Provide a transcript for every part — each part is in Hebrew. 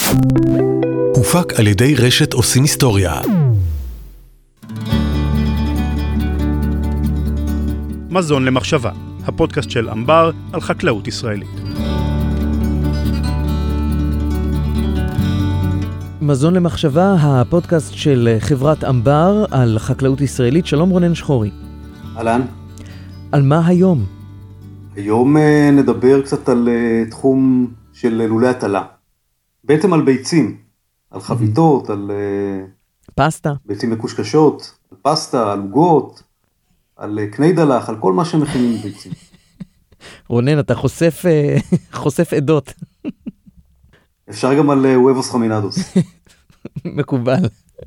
הופק על ידי רשת עושים היסטוריה. מזון למחשבה, הפודקאסט של אמבר על חקלאות ישראלית. מזון למחשבה, הפודקאסט של חברת אמבר על חקלאות ישראלית. שלום רונן שחורי. אהלן. על מה היום? היום נדבר קצת על תחום של לולי הטלה. בעצם על ביצים, על חביתות, על פסטה. ביצים מקושקשות, על פסטה, על עוגות, על קני דלח, על כל מה שמכינים ביצים. רונן, אתה חושף עדות. אפשר גם על וובוס חמינדוס. מקובל.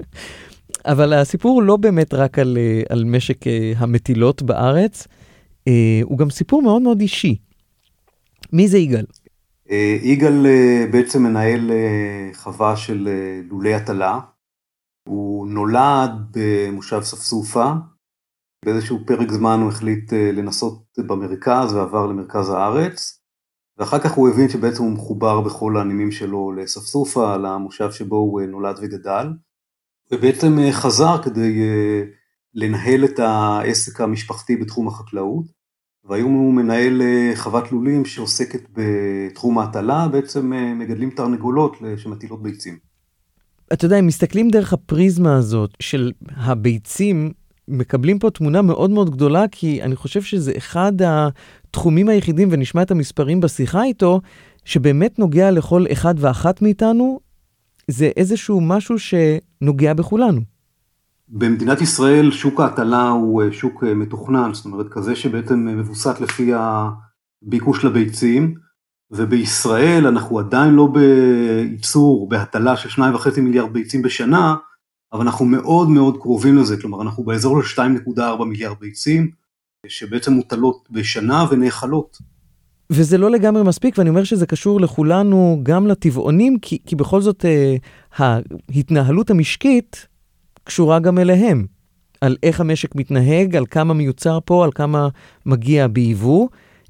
אבל הסיפור לא באמת רק על משק המטילות בארץ, הוא גם סיפור מאוד מאוד אישי. מי זה יגאל? יגאל בעצם מנהל חווה של לולי הטלה. הוא נולד במושב ספסופה. באיזשהו פרק זמן הוא החליט לנסות במרכז ועבר למרכז הארץ. ואחר כך הוא הבין שבעצם הוא מחובר בכל הנימים שלו לספסופה, למושב שבו הוא נולד וגדל. ובעצם חזר כדי לנהל את העסק המשפחתי בתחום החקלאות. והיום הוא מנהל חוות לולים שעוסקת בתחום ההטלה, בעצם מגדלים תרנגולות שמטילות ביצים. אתה יודע, אם מסתכלים דרך הפריזמה הזאת של הביצים, מקבלים פה תמונה מאוד מאוד גדולה, כי אני חושב שזה אחד התחומים היחידים, ונשמע את המספרים בשיחה איתו, שבאמת נוגע לכל אחד ואחת מאיתנו, זה איזשהו משהו שנוגע בכולנו. במדינת ישראל שוק ההטלה הוא שוק מתוכנן, זאת אומרת כזה שבעצם מבוסס לפי הביקוש לביצים, ובישראל אנחנו עדיין לא בייצור, בהטלה של 2.5 מיליארד ביצים בשנה, אבל אנחנו מאוד מאוד קרובים לזה, כלומר אנחנו באזור של 2.4 מיליארד ביצים, שבעצם מוטלות בשנה ונאכלות. וזה לא לגמרי מספיק, ואני אומר שזה קשור לכולנו, גם לטבעונים, כי בכל זאת ההתנהלות המשקית קשורה גם אליהם, על איך המשק מתנהג, על כמה מיוצר פה, על כמה מגיע ביבוא.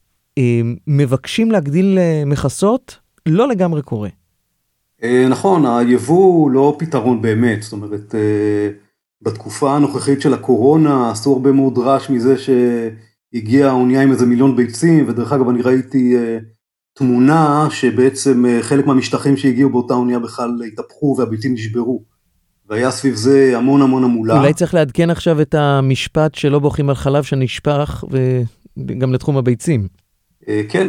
מבקשים להגדיל מכסות, לא לגמרי קורה. נכון, היבוא הוא לא פתרון באמת, זאת אומרת, בתקופה הנוכחית של הקורונה, עשו הרבה מאוד רעש מזה שהגיעה האונייה עם איזה 1,000,000 ביצים, ודרך אגב אני ראיתי תמונה שבעצם חלק מהמשטחים שהגיעו באותה אונייה בכלל התהפכו והביצים נשברו, והיה סביב זה המון המון המולה. אולי צריך לעדכן עכשיו את המשפט שלא בוכים על חלב שנשפך, וגם לתחום הביצים. כן,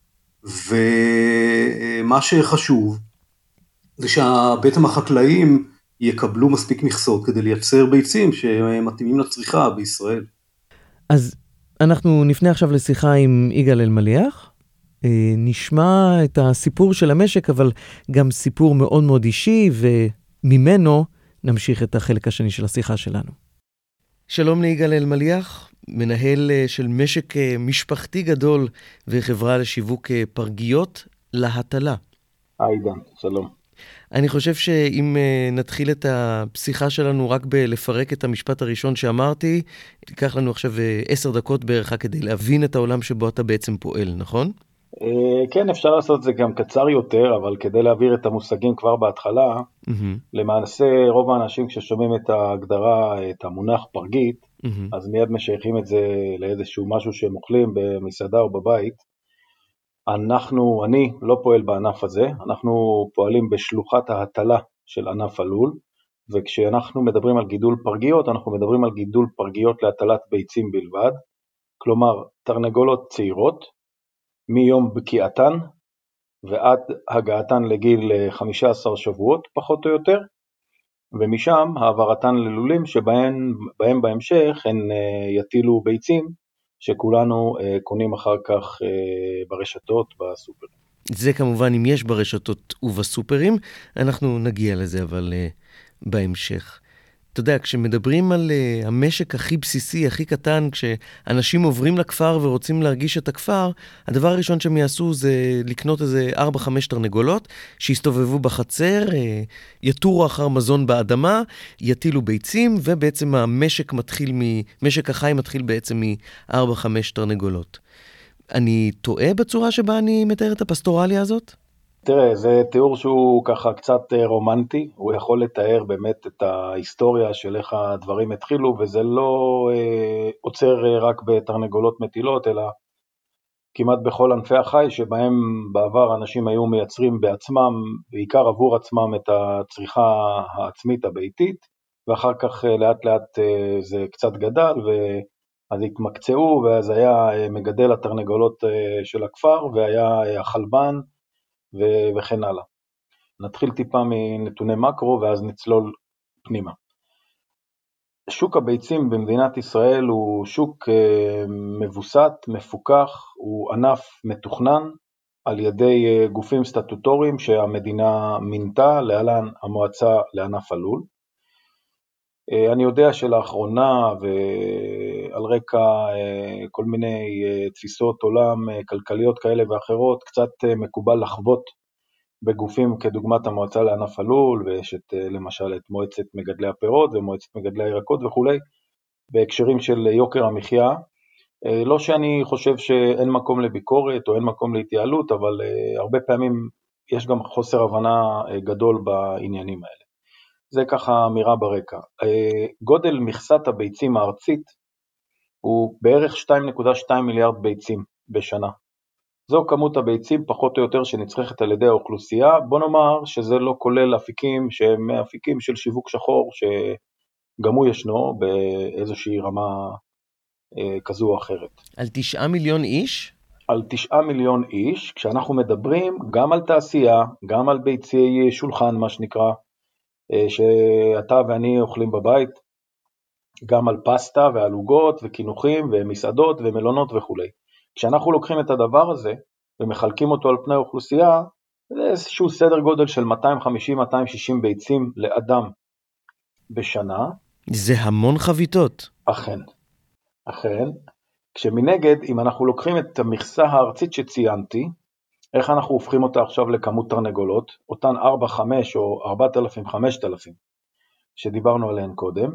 ומה שחשוב, זה שבעצם החקלאים יקבלו מספיק מכסות כדי לייצר ביצים שמתאימים לצריכה בישראל. אז אנחנו נפנה עכשיו לשיחה עם יגאל אלמליח, נשמע את הסיפור של המשק, אבל גם סיפור מאוד מאוד אישי, וממנו נמשיך את החלק השני של השיחה שלנו. שלום ליגאל אלמליח, מנהל של משק משפחתי גדול וחברה לשיווק פרגיות להטלה. עידן, שלום. אני חושב שאם נתחיל את הפשיחה שלנו רק בלפרק את המשפט הראשון שאמרתי, תיקח לנו עכשיו 10 דקות בערך כדי להבין את העולם שבו אתה בעצם פועל, נכון? כן, אפשר לעשות זה גם קצר יותר, אבל כדי להעביר את המושגים כבר בהתחלה, למעשה רוב האנשים כששומעים את ההגדרה, את המונח פרגית, אז מיד משייכים את זה לאיזשהו משהו שהם אוכלים במסעדה או בבית. אני לא פועל בענף הזה, אנחנו פועלים בשלוחת ההטלה של ענף הלול, וכשאנחנו מדברים על גידול פרגיות, אנחנו מדברים על גידול פרגיות להטלת ביצים בלבד, כלומר תרנגולות צעירות, מיום בקיעתן ועד הגעתן לגיל 15 שבועות פחות או יותר, ומשם העברתן ללולים שבהם בהמשך הן יטילו ביצים, שכולנו קונים אחר כך ברשתות, בסופרים. זה כמובן אם יש ברשתות ובסופרים, אנחנו נגיע לזה אבל בהמשך. אתה יודע, כשמדברים על המשק הכי בסיסי, הכי קטן, כשאנשים עוברים לכפר ורוצים להרגיש את הכפר, הדבר הראשון שהם יעשו זה לקנות איזה 4-5 תרנגולות, שיסתובבו בחצר, יתורו אחר מזון באדמה, יטילו ביצים, ובעצם משק החי מתחיל בעצם מ-4-5 תרנגולות. אני טועה בצורה שבה אני מתאר את הפסטורליה הזאת? תראה, זה תיאור שהוא ככה קצת רומנטי, הוא יכול לתאר באמת את ההיסטוריה של איך הדברים התחילו, וזה לא עוצר רק בתרנגולות מטילות, אלא כמעט בכל ענפי החי, שבהם בעבר אנשים היו מייצרים בעצמם, בעיקר עבור עצמם את הצריכה העצמית הביתית, ואחר כך לאט לאט זה קצת גדל, ואז התמקצעו, ואז היה מגדל התרנגולות של הכפר, והיה החלבן, וכן הלאה. נתחיל טיפה מנתוני מקרו, ואז נצלול פנימה. שוק הביצים במדינת ישראל הוא שוק מבוסת, מפוקח, הוא ענף מתוכנן על ידי גופים סטטוטוריים שהמדינה מינתה, להלן המועצה לענף הלול. אני יודע שלאחרונה ועל רקע כל מיני תפיסות עולם כלכליות כאלה ואחרות, קצת מקובל לחוות בגופים כדוגמת המועצה לענף הלול, ויש למשל את מועצת מגדלי הפירות ומועצת מגדלי הירקות וכו', בהקשרים של יוקר המחיה. לא שאני חושב שאין מקום לביקורת או אין מקום להתייעלות, אבל הרבה פעמים יש גם חוסר הבנה גדול בעניינים האלה. זה ככה אמירה ברקע. גודל מכסת הביצים הארצית הוא בערך 2.2 מיליארד ביצים בשנה. זו כמות הביצים פחות או יותר שנצרכת על ידי האוכלוסייה. בוא נאמר שזה לא כולל אפיקים שהם אפיקים של שיווק שחור, שגם הוא ישנו באיזושהי רמה כזו או אחרת. על 9 מיליון איש? על 9 מיליון איש, כשאנחנו מדברים גם על תעשייה, גם על ביצי שולחן, מה שנקרא, שאתה ואני אוכלים בבית, גם על פסטה ועל עוגות וכינוחים ומסעדות ומלונות וכו'. כשאנחנו לוקחים את הדבר הזה ומחלקים אותו על פני האוכלוסייה, זה איזשהו סדר גודל של 250-260 ביצים לאדם בשנה. זה המון חביתות. אכן, אכן. כשמנגד, אם אנחנו לוקחים את המכסה הארצית שציינתי, איך אנחנו הופכים אותה עכשיו לכמות תרנגולות, אותן 4, 5 או 4,000, 5,000, שדיברנו עליהן קודם,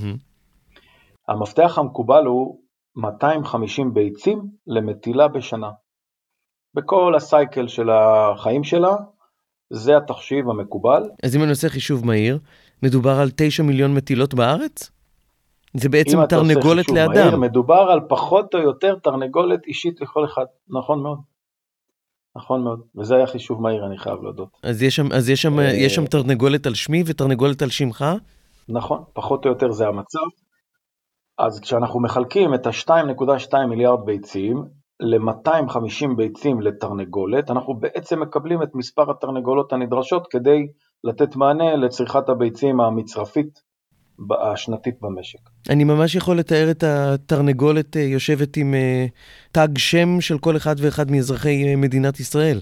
המפתח המקובל הוא 250 ביצים למטילה בשנה. בכל הסייקל של החיים שלה, זה התחשיב המקובל. אז אם אני עושה חישוב מהיר, מדובר על 9 מיליון מטילות בארץ? זה בעצם תרנגולת לאדם. מהיר, מדובר על פחות או יותר תרנגולת אישית לכל אחד. נכון מאוד. נכון מאוד. וזה היה חישוב מהיר, אני חייב להודות. אז יש שם תרנגולת על שמי ותרנגולת על שמך? נכון, פחות או יותר זה המצב. אז כשאנחנו מחלקים את ה-2.2 מיליארד ביצים ל-250 ביצים לתרנגולת, אנחנו בעצם מקבלים את מספר התרנגולות הנדרשות כדי לתת מענה לצריכת הביצים המצרפית השנתית במשק. אני ממש יכול לתאר את התרנגולת יושבת עם תג שם של כל אחד ואחד מאזרחי מדינת ישראל.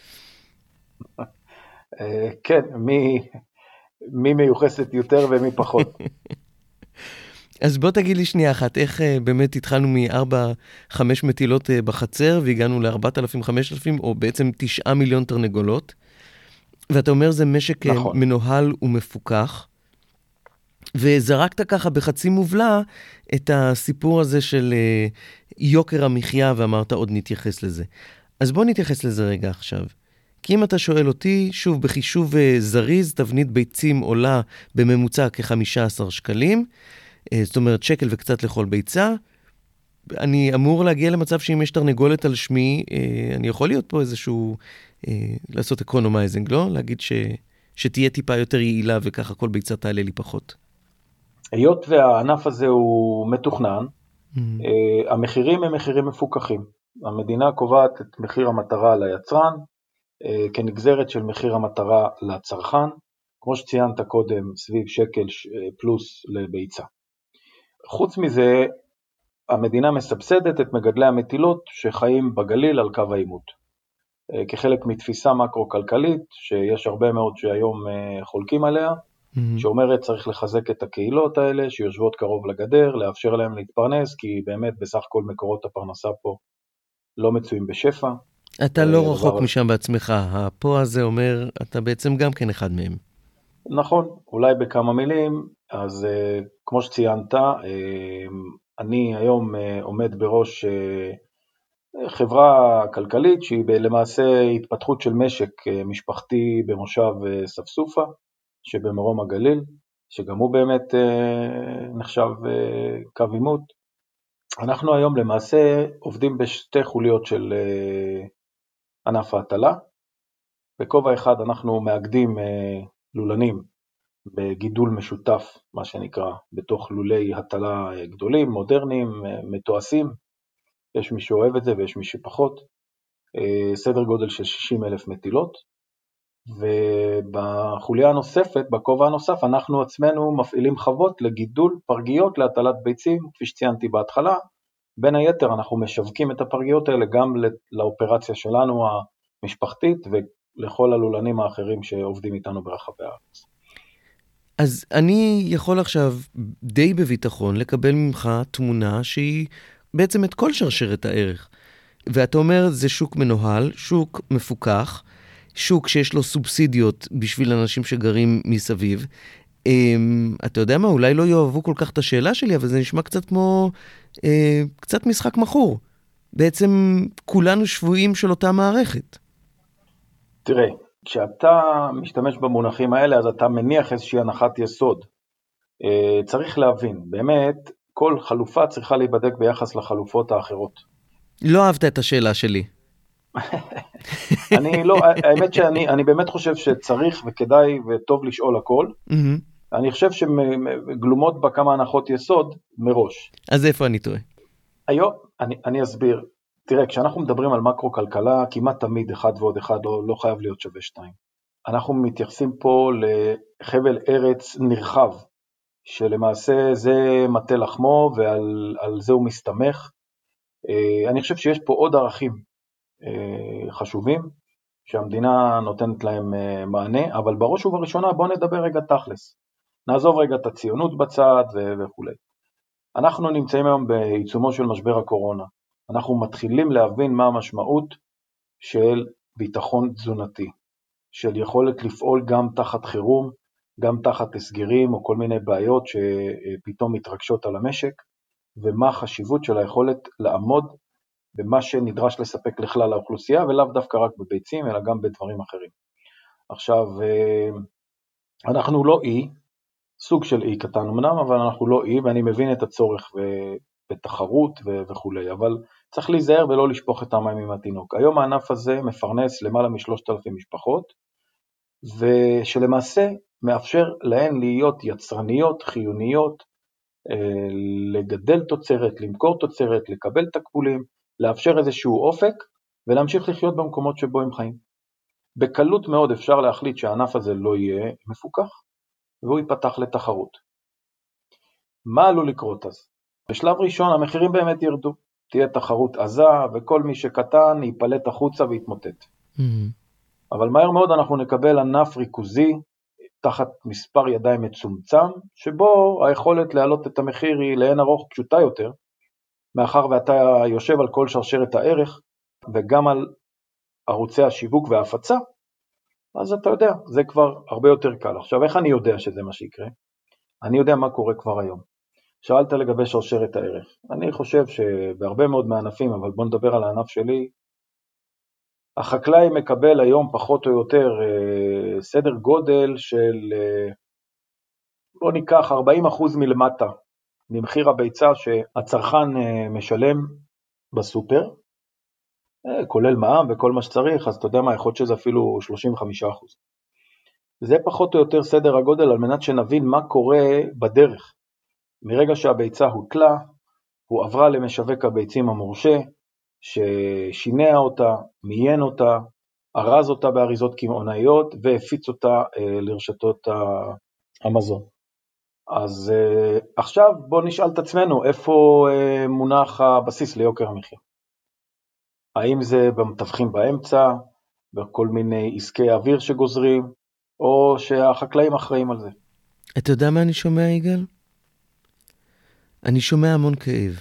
כן, מי מיוחסת יותר ומי פחות. אז בוא תגיד לי שנייה אחת, איך באמת התחלנו מ-4-5 מטילות בחצר, והגענו ל-4,000-5,000, או בעצם 9 מיליון תרנגולות, ואתה אומר זה משק נכון. מנוהל ומפוקח, וזרקת ככה בחצי מובלה את הסיפור הזה של יוקר המחיה, ואמרת עוד נתייחס לזה. אז בוא נתייחס לזה רגע עכשיו. כי אם אתה שואל אותי, שוב בחישוב זריז, תבנית ביצים עולה בממוצע כ-15 שקלים, זאת אומרת שקל וקצת לכל ביצה, אני אמור להגיע למצב שאם יש תרנגולת על שמי, אני יכול להיות פה איזשהו, לעשות אקונומייזינג, לא? להגיד שתהיה טיפה יותר יעילה וככה כל ביצה תעלה לי פחות. היות והענף הזה הוא מתוכנן, המחירים הם מחירים מפוקחים. המדינה קובעת את מחיר המטרה ליצרן, כנגזרת של מחיר המטרה לצרכן, כמו שציינת קודם, סביב שקל פלוס לביצה. חוץ מזה, המדינה מסבסדת את מגדלי המטילות שחיים בגליל על קו העימות. כחלק מתפיסה מקרו-כלכלית, שיש הרבה מאוד שהיום חולקים עליה, שאומרת צריך לחזק את הקהילות האלה שיושבות קרוב לגדר, לאפשר להם להתפרנס, כי באמת בסך כל מקורות הפרנסה פה לא מצויים בשפע. אתה לא רחוק משם בעצמך, הפה הזה אומר, אתה בעצם גם כן אחד מהם. נכון, אולי בכמה מילים, אז כמו שציינת, אני היום עומד בראש חברה כלכלית שהיא למעשה התפתחות של משק משפחתי במושב ספסופה, שבמרום הגליל, שגם הוא באמת נחשב קו עימות. אנחנו היום למעשה עובדים בשתי חוליות של ענף ההטלה. בכובע אחד אנחנו מאגדים לולנים בגידול משותף, מה שנקרא, בתוך לולי הטלה גדולים, מודרניים, מתועשים. יש מי שאוהב את זה ויש מי שפחות. סדר גודל של 60,000 מטילות. ובחוליה הנוספת, בכובע הנוסף, אנחנו עצמנו מפעילים חוות לגידול פרגיות להטלת ביצים, כפי שציינתי בהתחלה. בין היתר אנחנו משווקים את הפרגיות האלה גם לאופרציה שלנו המשפחתית ולכל הלולנים האחרים שעובדים איתנו ברחבי הארץ. אז אני יכול עכשיו די בביטחון לקבל ממך תמונה שהיא בעצם את כל שרשרת הערך. ואתה אומר, זה שוק מנוהל, שוק מפוקח, שוק שיש לו סובסידיות בשביל אנשים שגרים מסביב. אתה יודע מה, אולי לא יאהבו כל כך את השאלה שלי, אבל זה נשמע קצת כמו, קצת משחק מחור. בעצם כולנו שבויים של אותה מערכת. תראה, כשאתה משתמש במונחים האלה, אז אתה מניח איזושהי הנחת יסוד. צריך להבין, באמת, כל חלופה צריכה להיבדק ביחס לחלופות האחרות. לא אהבת את השאלה שלי. אני לא, האמת שאני באמת חושב שצריך וכדאי וטוב לשאול הכל. אני חושב שגלומות בה כמה הנחות יסוד מראש. אז איפה אני טועה? היום, אני אסביר. תראה, כשאנחנו מדברים על מקרו-כלכלה, כמעט תמיד אחד ועוד אחד לא חייב להיות שווה 2. אנחנו מתייחסים פה לחבל ארץ נרחב, שלמעשה זה מטה לחמו ועל זה הוא מסתמך. אני חושב שיש פה עוד ערכים חשובים, שהמדינה נותנת להם מענה, אבל בראש ובראשונה בואו נדבר רגע תכלס. נעזוב רגע את הציונות בצד וכו'. אנחנו נמצאים היום בעיצומו של משבר הקורונה. אנחנו מתחילים להבין מה המשמעות של ביטחון תזונתי, של יכולת לפעול גם תחת חירום, גם תחת הסגרים או כל מיני בעיות שפתאום מתרגשות על המשק, ומה החשיבות של היכולת לעמוד במה שנדרש לספק לכלל האוכלוסייה, ולאו דווקא רק בביצים, אלא גם בדברים אחרים. עכשיו, אנחנו לא אי, סוג של אי קטן אמנם, אבל אנחנו לא אי, ואני מבין את הצורך בתחרות וכו', אבל צריך להיזהר ולא לשפוך את המים עם התינוק. היום הענף הזה מפרנס למעלה מ3,000 משפחות, ושלמעשה מאפשר להן להיות יצרניות, חיוניות, לגדל תוצרת, למכור תוצרת, לקבל תקבולים, לאפשר איזשהו אופק, ולהמשיך לחיות במקומות שבו הם חיים. בקלות מאוד אפשר להחליט שהענף הזה לא יהיה מפוקח, והוא ייפתח לתחרות. מה עלול לקרות אז? בשלב ראשון המחירים באמת ירדו, תהיה תחרות עזה, וכל מי שקטן ייפלט החוצה ויתמוטט. אבל מהר מאוד אנחנו נקבל ענף ריכוזי, תחת מספר ידיים מצומצם, שבו היכולת להעלות את המחיר היא לאין ארוך פשוטה יותר, מאחר ואתה יושב על כל שרשרת הערך, וגם על ערוצי השיווק וההפצה, אז אתה יודע, זה כבר הרבה יותר קל. עכשיו, איך אני יודע שזה מה שיקרה? אני יודע מה קורה כבר היום. שאלת לגבי שרשרת הערך. אני חושב שבהרבה מאוד מהענפים, אבל בוא נדבר על הענף שלי, החקלאי מקבל היום פחות או יותר סדר גודל של, בוא ניקח 40% מלמטה, ממחיר הביצה שהצרכן משלם בסופר, כולל מע"מ וכל מה שצריך, אז אתה יודע מה, יכול להיות שזה אפילו 35%. זה פחות או יותר סדר הגודל על מנת שנבין מה קורה בדרך. מרגע שהביצה הוטלה, הוא עברה למשווק הביצים המורשה, ששינע אותה, מיין אותה, ארז אותה באריזות קמעונאיות, והפיץ אותה לרשתות המזון. אז עכשיו בוא נשאל את עצמנו, איפה מונח הבסיס ליוקר המחיה? האם זה במתווכים באמצע, בכל מיני עסקי אוויר שגוזרים, או שהחקלאים אחראים על זה? אתה יודע מה אני שומע, יגאל? אני שומע המון כאב.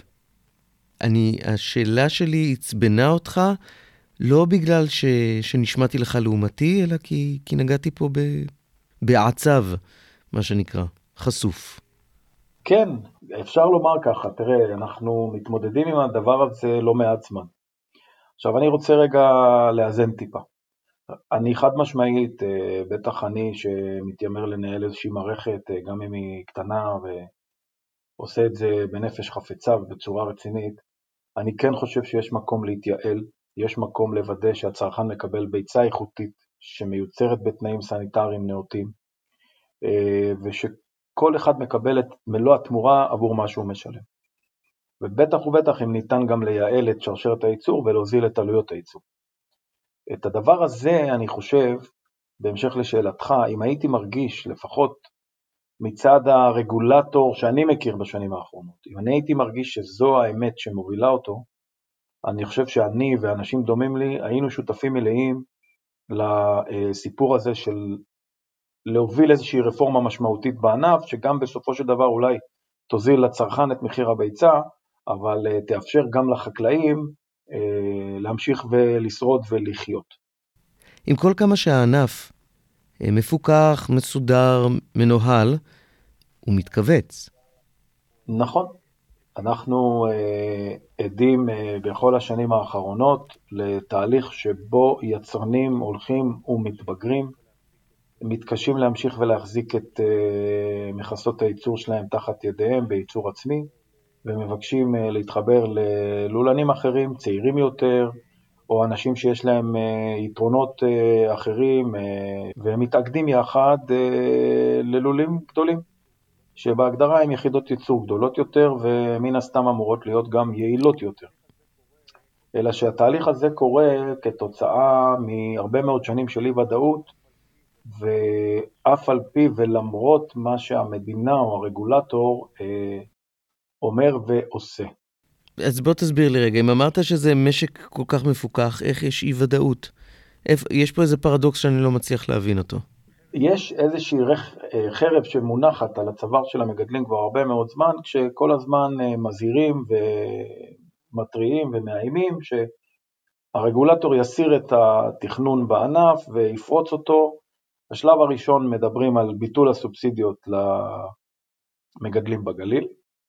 השאלה שלי הצבנה אותך, לא בגלל שנשמעתי לך לעומתי, אלא כי נגעתי פה בעצב, מה שנקרא, חשוף. כן, אפשר לומר ככה. תראה, אנחנו מתמודדים עם הדבר הזה לא מעט זמן. עכשיו אני רוצה רגע לאזן טיפה. אני חד משמעית, בטח אני שמתיימר לנהל איזושהי מערכת, גם אם היא קטנה ועושה את זה בנפש חפצה ובצורה רצינית, אני כן חושב שיש מקום להתייעל, יש מקום לוודא שהצרכן מקבל ביצה איכותית שמיוצרת בתנאים סניטריים נאותים, ושכל אחד מקבל את מלוא התמורה עבור מה שהוא משלם. ובטח ובטח אם ניתן גם לייעל את שרשרת הייצור ולהוזיל את עלויות הייצור. את הדבר הזה אני חושב, בהמשך לשאלתך, אם הייתי מרגיש לפחות מצד הרגולטור שאני מכיר בשנים האחרונות, אם אני הייתי מרגיש שזו האמת שמובילה אותו, אני חושב שאני ואנשים דומים לי היינו שותפים מלאים לסיפור הזה של להוביל איזושהי רפורמה משמעותית בענף, שגם בסופו של דבר אולי תוזיל לצרכן את מחיר הביצה, אבל תאפשר גם לחקלאים להמשיך ולשרוד ולחיות. עם כל כמה שהענף מפוקח, מסודר, מנוהל, הוא מתכווץ. נכון. אנחנו עדים בכל השנים האחרונות לתהליך שבו יצרנים הולכים ומתבגרים, מתקשים להמשיך ולהחזיק את מכסות הייצור שלהם תחת ידיהם בייצור עצמי, ומבקשים להתחבר ללולנים אחרים, צעירים יותר, או אנשים שיש להם יתרונות אחרים, והם מתאגדים יחד ללולים גדולים, שבהגדרה הם יחידות ייצור גדולות יותר, ומן הסתם אמורות להיות גם יעילות יותר. אלא שהתהליך הזה קורה כתוצאה מהרבה מאוד שנים של אי ודאות, ואף על פי ולמרות מה שהמדינה או הרגולטור אומר ועושה. אז בוא תסביר לי רגע, אם אמרת שזה משק כל כך מפוקח, איך יש אי ודאות? יש פה איזה פרדוקס שאני לא מצליח להבין אותו. יש איזושהי חרב שמונחת על הצוואר של המגדלים כבר הרבה מאוד זמן, כשכל הזמן מזהירים ומטריעים ומאיימים שהרגולטור יסיר את התכנון בענף ויפרוץ אותו. בשלב הראשון מדברים על ביטול הסובסידיות למגדלים בגליל.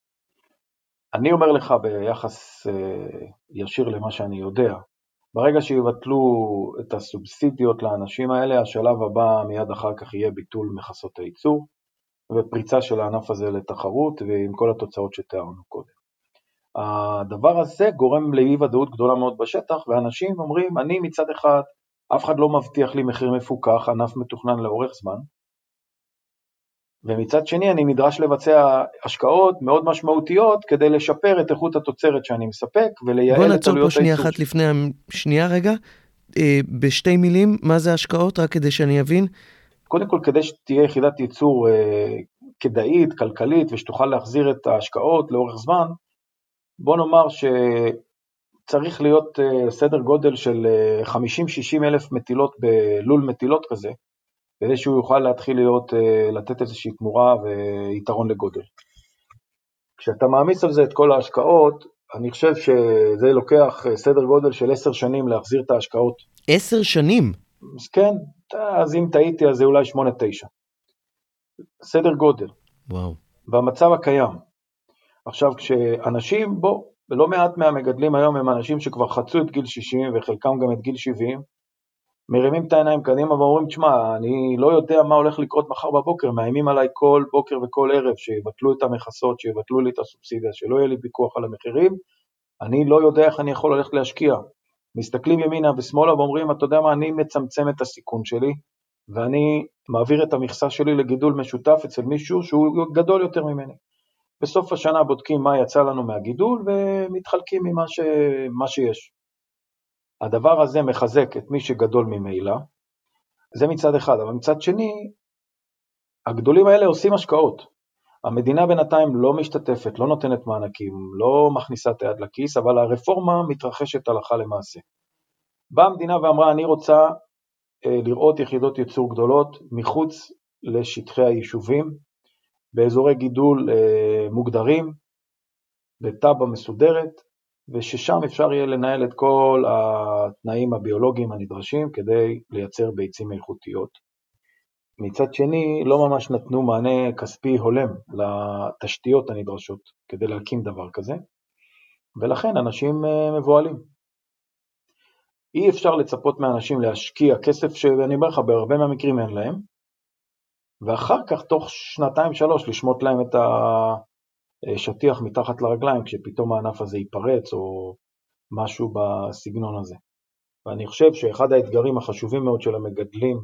אני אומר לך ביחס ישיר למה שאני יודע, ברגע שיבטלו את הסובסידיות לאנשים האלה, השלב הבא מיד אחר כך יהיה ביטול מכסות הייצור, ופריצה של הענף הזה לתחרות, ועם כל התוצאות שתיארנו קודם. הדבר הזה גורם לאי ודאות גדולה מאוד בשטח, ואנשים אומרים, אני מצד אחד, אף אחד לא מבטיח לי מחיר מפוקח, ענף מתוכנן לאורך זמן, ומצד שני אני נדרש לבצע השקעות מאוד משמעותיות כדי לשפר את איכות התוצרת שאני מספק ולייעל את עלויות הייצור. בוא נעצור פה שנייה אחת לפני השנייה רגע. בשתי מילים, מה זה השקעות? רק כדי שאני אבין. קודם כל, כדי שתהיה יחידת ייצור כדאית, כלכלית, ושתוכל להחזיר את ההשקעות לאורך זמן, בוא נאמר שצריך להיות סדר גודל של 50-60 אלף מטילות בלול מטילות כזה, כדי שהוא יוכל להתחיל לתת איזושהי תמורה ויתרון לגודל. כשאתה מעמיס על זה את כל ההשקעות, אני חושב שזה לוקח סדר גודל של 10 שנים להחזיר את ההשקעות. 10 שנים? אז כן, אז אם טעיתי אז זה אולי 8-9. סדר גודל. וואו. במצב הקיים. עכשיו כשאנשים, ולא מעט מהמגדלים היום הם אנשים שכבר חצו את גיל 60 וחלקם גם את גיל 70, מרימים את העיניים קדימה ואומרים, תשמע, אני לא יודע מה הולך לקרות מחר בבוקר, מאיימים עליי כל בוקר וכל ערב, שיבטלו את המכסות, שיבטלו לי את הסובסידיה, שלא יהיה לי פיקוח על המחירים, אני לא יודע איך אני יכול ללכת להשקיע. מסתכלים ימינה ושמאלה ואומרים, אתה יודע מה, אני מצמצם את הסיכון שלי, ואני מעביר את המכסה שלי לגידול משותף אצל מישהו שהוא גדול יותר ממני. בסוף השנה בודקים מה יצא לנו מהגידול, ומתחלקים ממה שיש. הדבר הזה מחזק את מי שגדול ממילא, זה מצד אחד, אבל מצד שני, הגדולים האלה עושים השקעות. המדינה בינתיים לא משתתפת, לא נותנת מענקים, לא מכניסה את היד לכיס, אבל הרפורמה מתרחשת הלכה למעשה. באה המדינה ואמרה, אני רוצה לראות יחידות ייצור גדולות מחוץ לשטחי היישובים, באזורי גידול מוגדרים, בטאבה מסודרת, וששם אפשר יהיה לנהל את כל התנאים הביולוגיים הנדרשים כדי לייצר ביצים איכותיות. מצד שני, לא ממש נתנו מענה כספי הולם לתשתיות הנדרשות כדי להקים דבר כזה, ולכן אנשים מבועלים. אי אפשר לצפות מאנשים להשקיע כסף שאני אומר לך, בהרבה מהמקרים אין להם, ואחר כך תוך 2-3 לשמוט להם את השטיח מתחת לרגליים, כשפתאום הענף הזה ייפרץ או משהו בסגנון הזה. ואני חושב שאחד האתגרים החשובים מאוד של המגדלים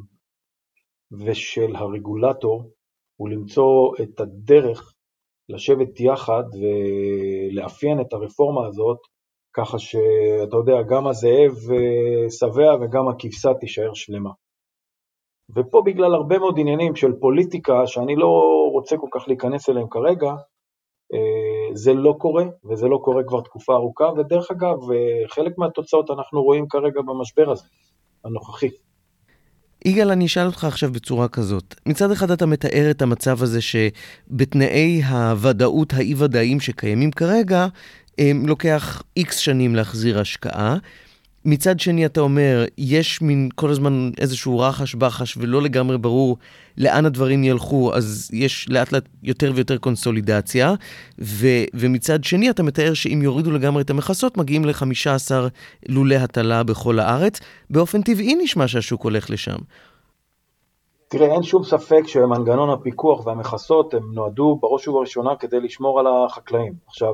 ושל הרגולטור, הוא למצוא את הדרך לשבת יחד ולאפיין את הרפורמה הזאת, ככה שאתה יודע, גם הזאב שבע וגם הכבשה תישאר שלמה. ופה בגלל הרבה מאוד עניינים של פוליטיקה, שאני לא רוצה כל כך להיכנס אליהם כרגע, זה לא קורה, וזה לא קורה כבר תקופה ארוכה, ודרך אגב, חלק מהתוצאות אנחנו רואים כרגע במשבר הזה, הנוכחי. יגאל, אני אשאל אותך עכשיו בצורה כזאת. מצד אחד אתה מתאר את המצב הזה שבתנאי הוודאות האי-ודאיים שקיימים כרגע, לוקח X שנים להחזיר השקעה. מצד שני אתה אומר, יש מין כל הזמן איזשהו רחש בחש ולא לגמרי ברור לאן הדברים ילכו, אז יש לאט לאט יותר ויותר קונסולידציה, ומצד שני אתה מתאר שאם יורידו לגמרי את המכסות, מגיעים ל-15 לולי הטלה בכל הארץ, באופן טבעי נשמע שהשוק הולך לשם. תראה, אין שום ספק שמנגנון הפיקוח והמכסות הם נועדו בראש ובראשונה כדי לשמור על החקלאים. עכשיו,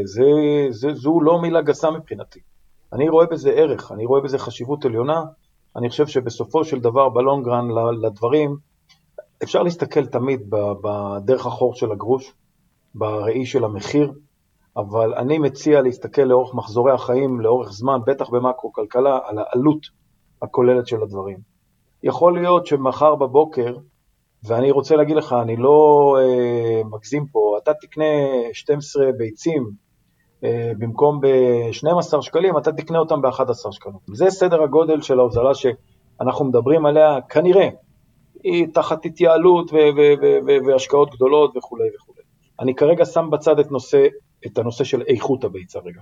זו לא מילה גסה מבחינתי. אני רואה בזה ערך, אני רואה בזה חשיבות עליונה, אני חושב שבסופו של דבר בלונגרן לדברים, אפשר להסתכל תמיד בדרך החור של הגרוש, בראי של המחיר, אבל אני מציע להסתכל לאורך מחזורי החיים, לאורך זמן, בטח במקרו-כלכלה, על העלות הכוללת של הדברים. יכול להיות שמחר בבוקר, ואני רוצה להגיד לך, אני לא מגזים פה, אתה תקנה 12 ביצים, במקום ב-12 שקלים, אתה תקנה אותם ב-11 שקלים. זה סדר הגודל של ההוזלה שאנחנו מדברים עליה, כנראה, היא תחת התייעלות והשקעות גדולות וכו' וכו'. אני כרגע שם בצד את הנושא של איכות הביצה רגע.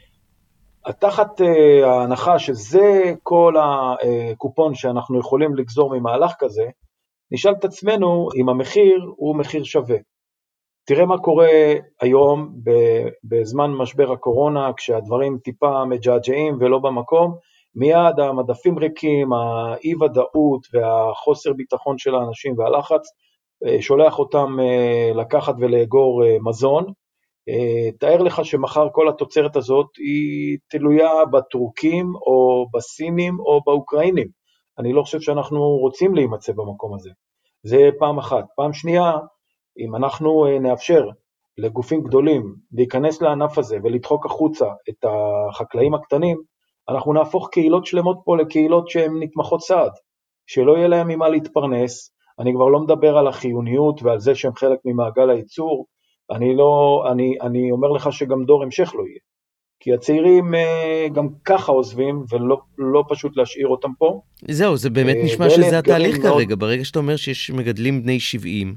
תחת ההנחה שזה כל הקופון שאנחנו יכולים לגזור ממהלך כזה, נשאל את עצמנו אם המחיר הוא מחיר שווה. תראה מה קורה היום בזמן משבר הקורונה, כשהדברים טיפה מג'עג'עים ולא במקום, מיד המדפים ריקים, האי-ודאות והחוסר ביטחון של האנשים והלחץ, שולח אותם לקחת ולאגור מזון. תאר לך שמחר כל התוצרת הזאת היא תלויה בטורקים או בסינים או באוקראינים. אני לא חושב שאנחנו רוצים להימצא במקום הזה. זה פעם אחת. פעם שנייה, אם אנחנו נאפשר לגופים גדולים להיכנס לענף הזה ולדחוק החוצה את החקלאים הקטנים, אנחנו נהפוך קהילות שלמות פה לקהילות שהן נתמכות סעד, שלא יהיה להם ממה להתפרנס. אני כבר לא מדבר על החיוניות ועל זה שהם חלק ממעגל הייצור. אני אומר לך שגם דור המשך לא יהיה. כי הצעירים גם ככה עוזבים, ולא פשוט להשאיר אותם פה. זהו, זה באמת נשמע שזה התהליך כרגע. ברגע שאתה אומר שיש מגדלים בני 70,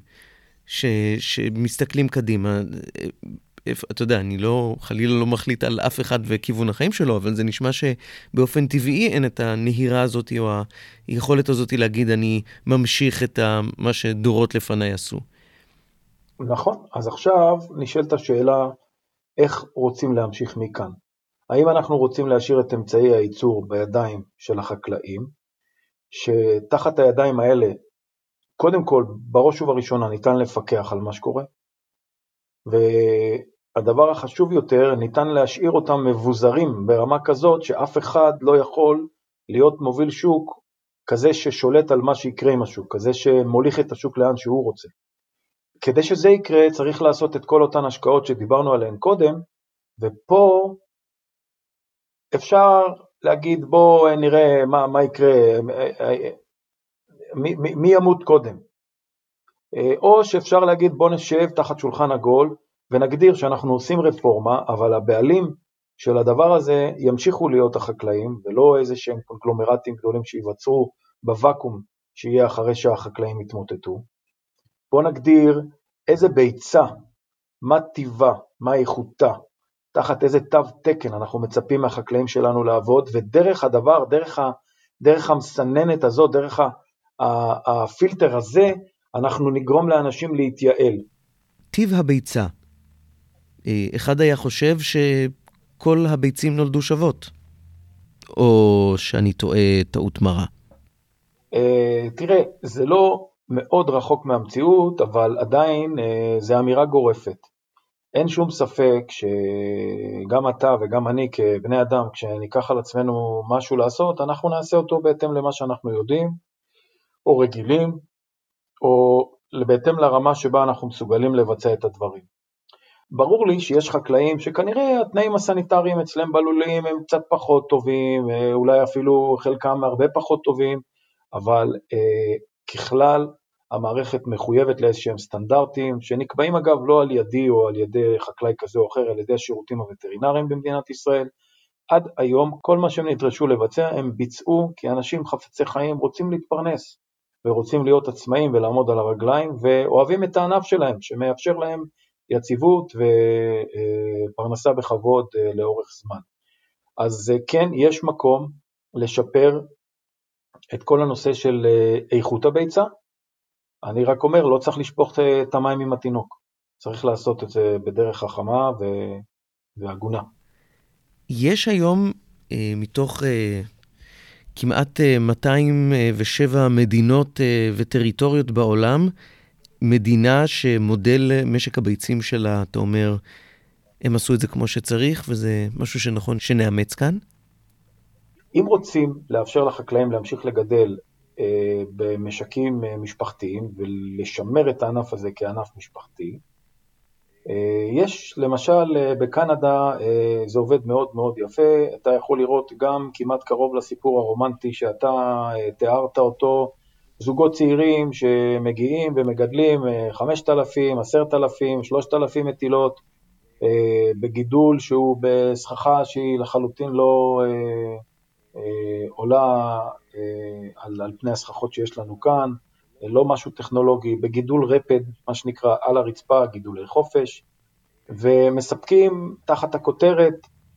שמסתכלים קדימה, אתה יודע, אני חלילה לא מחליט על אף אחד וכיוון החיים שלו, אבל זה נשמע שבאופן טבעי אין את הנהירה הזאת, או היכולת הזאת להגיד, אני ממשיך את מה שדורות לפניי עשו. נכון, אז עכשיו נשאלת השאלה, איך רוצים להמשיך מכאן? האם אנחנו רוצים להשאיר את אמצעי הייצור בידיים של החקלאים, שתחת הידיים האלה, קודם כל, בראש ובראשונה ניתן לפקח על מה שקורה, והדבר החשוב יותר, ניתן להשאיר אותם מבוזרים ברמה כזאת, שאף אחד לא יכול להיות מוביל שוק, כזה ששולט על מה שיקרה עם השוק, כזה שמוליך את השוק לאן שהוא רוצה. כדי שזה יקרה, צריך לעשות את כל אותן השקעות שדיברנו עליהן קודם, ופה אפשר להגיד, בוא נראה מה יקרה, מי ימות קודם. או שאפשר להגיד, בוא נשב תחת שולחן עגול, ונגדיר שאנחנו עושים רפורמה, אבל הבעלים של הדבר הזה ימשיכו להיות החקלאים, ולא איזה שהם קונגלומרטים גדולים שיווצרו בוואקום שיהיה אחרי שהחקלאים יתמוטטו. בוא נגדיר איזה ביצה, מה טיבה, מה איכותה, תחת איזה תו תקן אנחנו מצפים מהחקלאים שלנו לעבוד, ודרך הדבר, דרך המסננת הזאת, דרך הפילטר הזה, אנחנו נגרום לאנשים להתייעל. טיב הביצה. אחד היה חושב שכל הביצים נולדו שוות. או שאני טועה טעות מרה? תראה, זה לא מאוד רחוק מהמציאות, אבל עדיין זה אמירה גורפת. אין שום ספק שגם אתה וגם אני כבני אדם, כשניקח על עצמנו משהו לעשות, אנחנו נעשה אותו בהתאם למה שאנחנו יודעים, או רגילים, או בהתאם לרמה שבה אנחנו מסוגלים לבצע את הדברים. ברור לי שיש חקלאים שכנראה התנאים הסניטריים אצלם בלולים הם קצת פחות טובים, אולי אפילו חלקם הרבה פחות טובים, אבל ככלל המערכת מחויבת לאיזשהם סטנדרטים, שנקבעים אגב לא על ידי או על ידי חקלאי כזה או אחר, על ידי השירותים הווטרינריים במדינת ישראל. עד היום כל מה שהם נדרשו לבצע הם ביצעו, כי אנשים חפצי חיים רוצים להתפרנס, ורוצים להיות עצמאים ולעמוד על הרגליים, ואוהבים את הענף שלהם, שמאפשר להם יציבות ופרנסה בכבוד לאורך זמן. אז כן, יש מקום לשפר את כל הנושא של איכות הביצה. אני רק אומר, לא צריך לשפוך את המים עם התינוק. צריך לעשות את זה בדרך חכמה והגונה. יש היום מתוך כמעט 207 מדינות וטריטוריות בעולם, מדינה שמודל משק הביצים שלה, אתה אומר, הם עשו את זה כמו שצריך, וזה משהו שנכון שנאמץ כאן? אם רוצים לאפשר לחקלאים להמשיך לגדל במשקים משפחתיים, ולשמר את הענף הזה כענף משפחתי, יש למשל בקנדה, זה עובד מאוד מאוד יפה, אתה יכול לראות גם כמעט קרוב לסיפור הרומנטי שאתה תיארת אותו, זוגות צעירים שמגיעים ומגדלים 5,000, 10,000, 3,000 מטילות, בגידול שהוא בסככה שהיא לחלוטין לא עולה על פני הסככות שיש לנו כאן, לא משהו טכנולוגי, בגידול רפד, מה שנקרא על הרצפה, גידולי חופש, ומספקים תחת הכותרת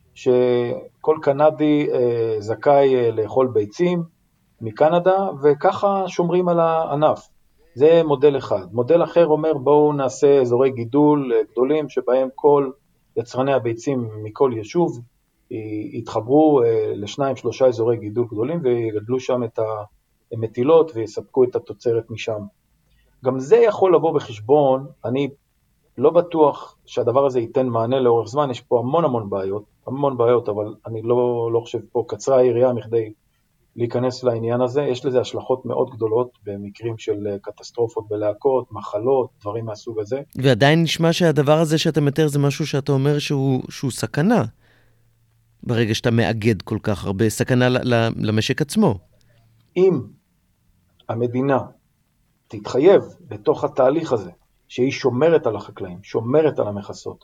שכל קנדי זכאי לאכול ביצים מקנדה, וככה שומרים על הענף. זה מודל אחד. מודל אחר אומר בואו נעשה אזורי גידול גדולים, שבהם כל יצרני הביצים מכל יישוב יתחברו ל2-3 אזורי גידול גדולים, ויגדלו שם את המטילות ויספקו את התוצרת משם. גם זה יכול לבוא בחשבון, אני לא בטוח שהדבר הזה ייתן מענה לאורך זמן, יש פה המון בעיות, אבל אני לא חושב פה קצרה היריעה מכדי להיכנס לעניין הזה. יש לזה השלכות מאוד גדולות במקרים של קטסטרופות בלהקות, מחלות, דברים מהסוג הזה. ועדיין נשמע שהדבר הזה שאתה מתאר זה משהו שאתה אומר שהוא סכנה, ברגע שאתה מאגד כל כך הרבה, סכנה למשק עצמו. אם המדינה תתחייב בתוך התהליך הזה, שהיא שומרת על החקלאים, שומרת על המכסות,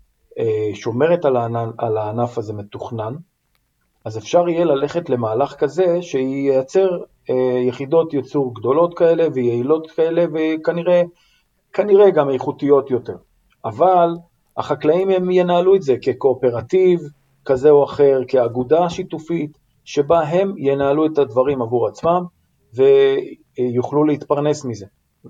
שומרת על הענף הזה מתוכנן, אז אפשר יהיה ללכת למהלך כזה שייצר יחידות ייצור גדולות כאלה ויעילות כאלה, וכנראה גם איכותיות יותר. אבל החקלאים הם ינהלו את זה כקואופרטיב כזה או אחר, כאגודה שיתופית, שבה הם ינהלו את הדברים עבור עצמם ויוכלו להתפרנס מזה.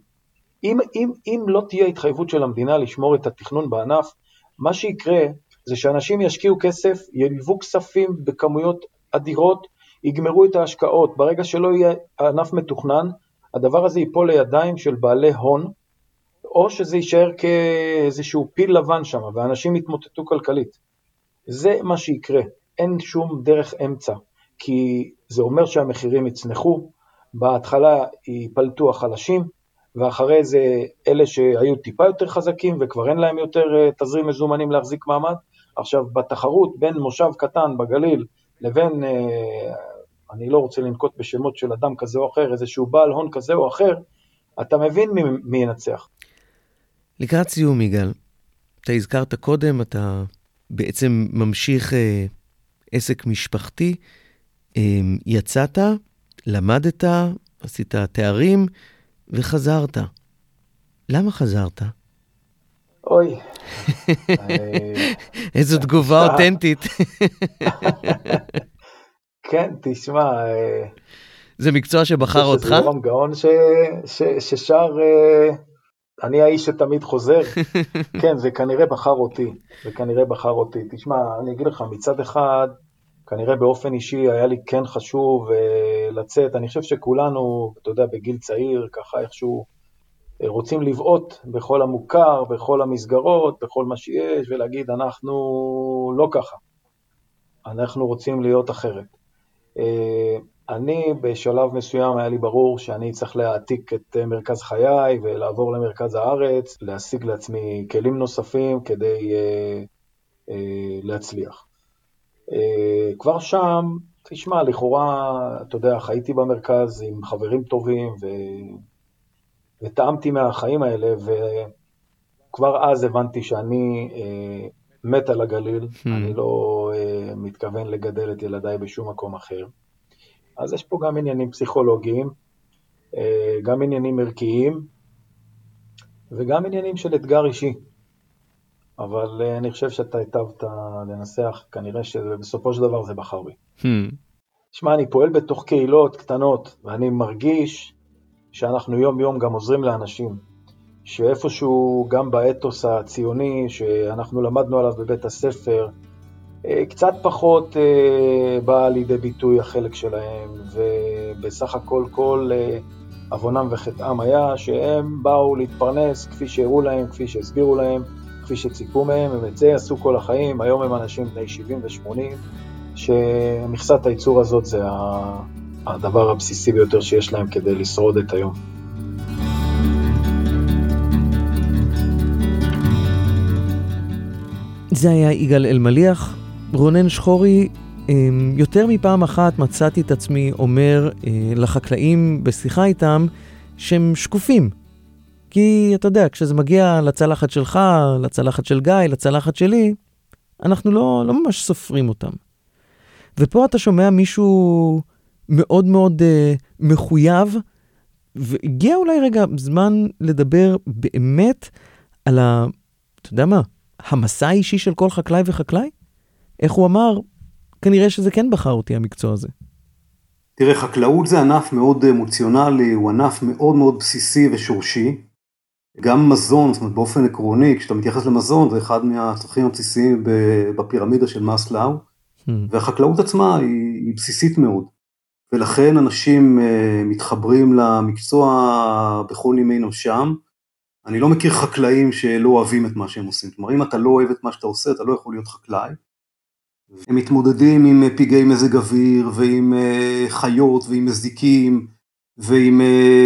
אם לא תהיה התחייבות של המדינה לשמור את התכנון בענף, מה שיקרה זה שאנשים ישקיעו כסף, ילוו כספים בכמויות אדירות, יגמרו את ההשקעות. ברגע שלא יהיה ענף מתוכנן, הדבר הזה ייפול לידיים של בעלי הון, או שזה יישאר כאיזשהו פיל לבן שם, ואנשים יתמוטטו כלכלית. זה מה שיקרה, אין שום דרך אמצע, כי זה אומר שהמחירים יצנחו, בהתחלה ייפלטו החלשים, ואחרי זה אלה שהיו טיפה יותר חזקים, וכבר אין להם יותר תזרים מזומנים להחזיק מעמד. עכשיו, בתחרות בין מושב קטן בגליל, לבין, אני לא רוצה לנקוט בשמות של אדם כזה או אחר, איזשהו בעל הון כזה או אחר, אתה מבין מי ינצח. לקראת סיום, יגאל, אתה הזכרת קודם, אתה בעצם ממשיך עסק משפחתי, יצאת, למדת, עשית תארים, וחזרת. למה חזרת? אוי. איזו תגובה אותנטית. כן, תשמע. זה מקצוע שבחר אותך? זה יורם גאון ששר, אני האיש שתמיד חוזר. כן, זה כנראה בחר אותי. תשמע, אני אגיד לך, מצד אחד, כנראה באופן אישי היה לי כן חשוב לצאת. אני חושב שכולנו, אתה יודע, בגיל צעיר, ככה איכשהו רוצים לבעוט בכל המוכר, בכל המסגרות, בכל מה שיש, ולהגיד אנחנו לא ככה. אנחנו רוצים להיות אחרת. אני בשלב מסוים היה לי ברור שאני צריך להעתיק את מרכז חיי ולעבור למרכז הארץ, להשיג לעצמי כלים נוספים כדי להצליח. כבר שם, תשמע, לכאורה, אתה יודע, חייתי במרכז עם חברים טובים וטעמתי מהחיים האלה, וכבר אז הבנתי שאני מת על הגליל, אני לא מתכוון לגדל את ילדיי בשום מקום אחר. אז יש פה גם עניינים פסיכולוגיים, גם עניינים ערכיים, וגם עניינים של אתגר אישי. אבל אני חושב שאתה היטבת לנסח, כנראה שבסופו של דבר זה בחר בי. תשמע, אני פועל בתוך קהילות קטנות, ואני מרגיש שאנחנו יום יום גם עוזרים לאנשים, שאיפשהו גם באתוס הציוני, שאנחנו למדנו עליו בבית הספר, קצת פחות בא לידי ביטוי החלק שלהם, ובסך הכל כל אבונם וחטאם היה שהם באו להתפרנס כפי שהראו להם, כפי שהסבירו להם, כפי שציפו מהם, הם את זה עשו כל החיים. היום הם אנשים בני 70 ו-80, שמכסת הייצור הזאת זה הדבר הבסיסי ביותר שיש להם כדי לשרוד את היום. זה היה יגאל אלמליח. רונן שחורי, יותר מפעם אחת מצאתי את עצמי אומר לחקלאים בשיחה איתם שהם שקופים. כי אתה יודע, כשזה מגיע לצלחת שלך, לצלחת של גיא, לצלחת שלי, אנחנו לא ממש סופרים אותם. ופה אתה שומע מישהו מאוד מאוד מחויב, והגיע אולי רגע זמן לדבר באמת על אתה יודע מה, המסע האישי של כל חקלאי וחקלאי? איך הוא אמר, כנראה שזה כן בחר אותי המקצוע הזה. תראה, חקלאות זה ענף מאוד אמוציונלי, הוא ענף מאוד מאוד בסיסי ושורשי. גם מזון, זאת אומרת באופן עקרוני, כשאתה מתייחס למזון, זה אחד מהצרכים הבסיסיים בפירמידה של מאסלאו, והחקלאות עצמה היא בסיסית מאוד. ולכן אנשים מתחברים למקצוע בכל נימי נפשם. אני לא מכיר חקלאים שלא אוהבים את מה שהם עושים. זאת אומרת, אם אתה לא אוהב את מה שאתה עושה, אתה לא יכול להיות חקלאי. הם מתמודדים עם פגעי מזג אוויר, ועם חיות, ועם מזיקים, ועם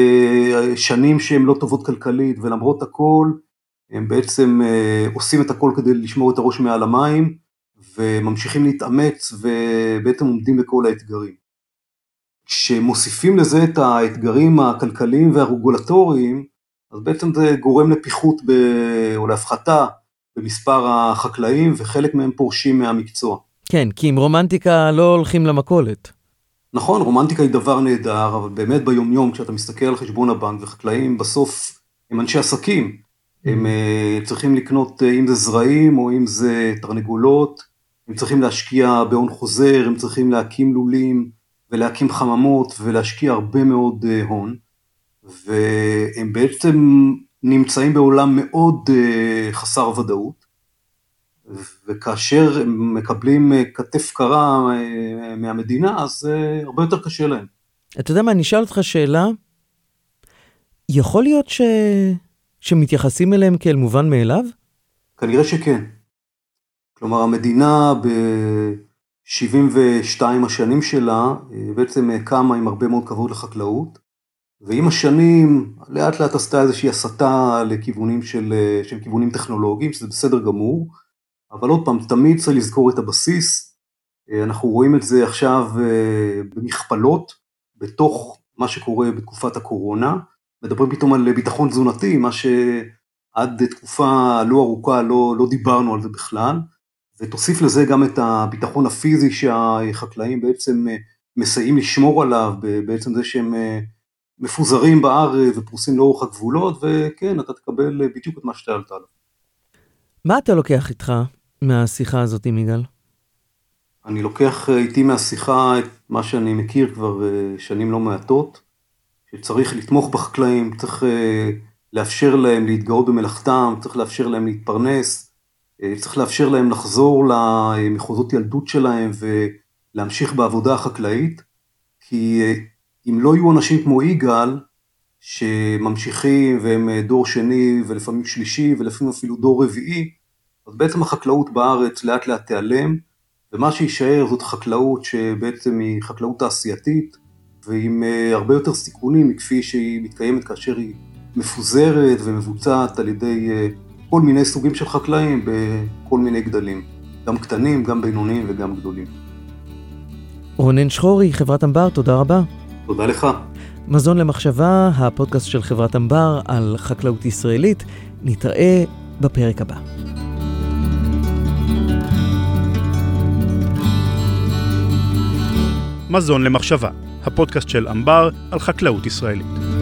שנים שהן לא טובות כלכלית, ולמרות הכל, הם בעצם עושים את הכל כדי לשמור את הראש מעל המים, וממשיכים להתאמץ, ובעצם עומדים בכל האתגרים. כשמוסיפים לזה את האתגרים הכלכליים והרגולטוריים, אז בעצם זה גורם לפיחות או להפחתה במספר החקלאים, וחלק מהם פורשים מהמקצוע. כן, כי עם רומנטיקה לא הולכים למכולת. נכון, רומנטיקה היא דבר נהדר, אבל באמת ביום-יום, כשאתה מסתכל על חשבון הבנק, וחקלאים בסוף הם אנשי עסקים, הם צריכים לקנות אם זה זרעים או אם זה תרנגולות, הם צריכים להשקיע בהון חוזר, הם צריכים להקים לולים ולהקים חממות ולהשקיע הרבה מאוד הון, והם בעצם נמצאים בעולם מאוד חסר ודאות, וכאשר הם מקבלים כתף קרה מהמדינה, אז זה הרבה יותר קשה להם. אתה יודע מה, אני אשאל אותך שאלה, יכול להיות שמתייחסים אליהם כאל מובן מאליו? כנראה שכן. כלומר, המדינה ב-72 השנים שלה, בעצם קמה עם הרבה מאוד כבוד לחקלאות, ועם השנים, לאט לאט עשתה איזושהי הסתה לכיוונים שהם כיוונים טכנולוגיים, שזה בסדר גמור, אבל עוד פעם, תמיד צריך לזכור את הבסיס. אנחנו רואים את זה עכשיו במכפלות, בתוך מה שקורה בתקופת הקורונה, מדברים פתאום על ביטחון תזונתי, מה שעד תקופה לא ארוכה לא דיברנו על זה בכלל, ותוסיף לזה גם את הביטחון הפיזי שהחקלאים בעצם מסייעים לשמור עליו, בעצם זה שהם מפוזרים בארץ ופרוסים לאורך הגבולות, וכן, אתה תקבל בדיוק את מה שתיארת עליו. מה אתה לוקח איתך מהשיחה הזאת עם יגאל? אני לוקח איתי מהשיחה את מה שאני מכיר כבר שנים לא מעטות, שצריך לתמוך בחקלאים, צריך לאפשר להם להתגאות במלאכתם, צריך לאפשר להם להתפרנס, צריך לאפשר להם לחזור למחוזות ילדות שלהם להמשיך בעבודה החקלאית, כי אם לא יהיו אנשים כמו יגאל, שממשיכים והם דור שני ולפעמים שלישי ולפעמים אפילו דור רביעי, אז בעצם החקלאות בארץ לאט לאט תיעלם, ומה שישאר זאת חקלאות שבעצם היא חקלאות תעשייתית, ועם הרבה יותר סיכונים מכפי שהיא מתקיימת כאשר היא מפוזרת ומבוצעת על ידי כל מיני סוגים של חקלאים בכל מיני גדלים, גם קטנים, גם בינוניים וגם גדולים. רונן שחורי, חברת אמבר, תודה רבה. תודה לך. מזון למחשבה, הפודקאסט של חברת אמבר על חקלאות ישראלית. נתראה בפרק הבא. מזון למחשבה, הפודקאסט של אמבר על חקלאות ישראלית.